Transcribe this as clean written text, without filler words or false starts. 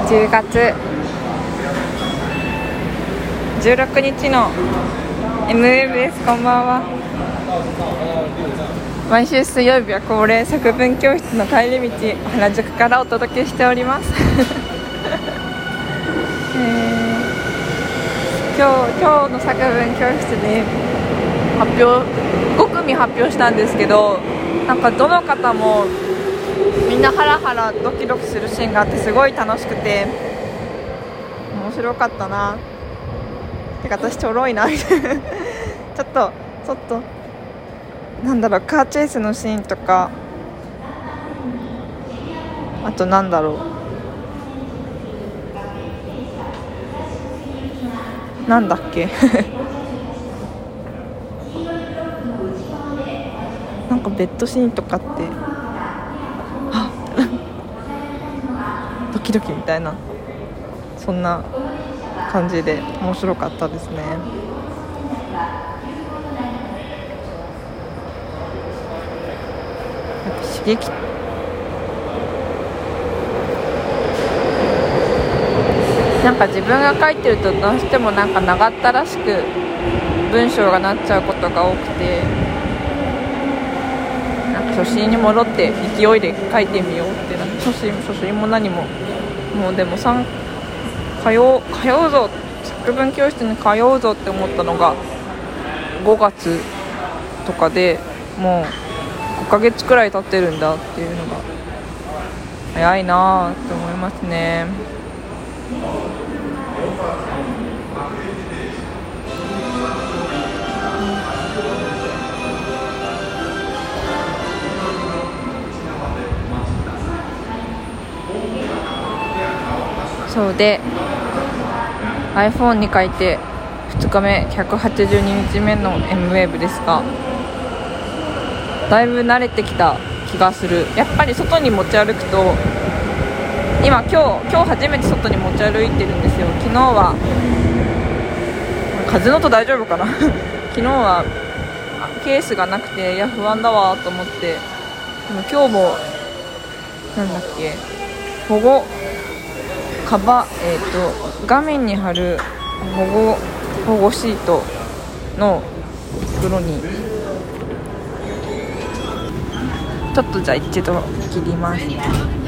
10月16日の MM です。こんばんは。毎週水曜日は恒例作文教室の帰り道、原宿からお届けしております今日の作文教室で5組発表したんですけど、なんかどの方もみんなハラハラドキドキするシーンがあってすごい楽しくて面白かったな。てか私ちょろいなみたいなちょっとなんだろう、カーチェイスのシーンとか、あとなんだろうなんだっけなんかベッドシーンとかってドキドキみたいな、そんな感じで面白かったですね。やっぱ刺激なんか自分が書いてるとどうしてもなんか長ったらしく文章がなっちゃうことが多くて、なんか初心に戻って勢いで書いてみようってな、初心も何ももうでも通うぞ、作文教室に通うぞって思ったのが5月とかで、もう5ヶ月くらい経ってるんだっていうのが早いなって思いますね。そうで iPhone に書いて2日目182日目の M ウェーブですが、だいぶ慣れてきた気がする。やっぱり外に持ち歩くと、今日初めて外に持ち歩いてるんですよ。昨日は風の音大丈夫かな昨日はケースがなくて、いや不安だわと思って、でも今日もなんだっけ、画面に貼る保護シートの袋にちょっとじゃあ一度切ります。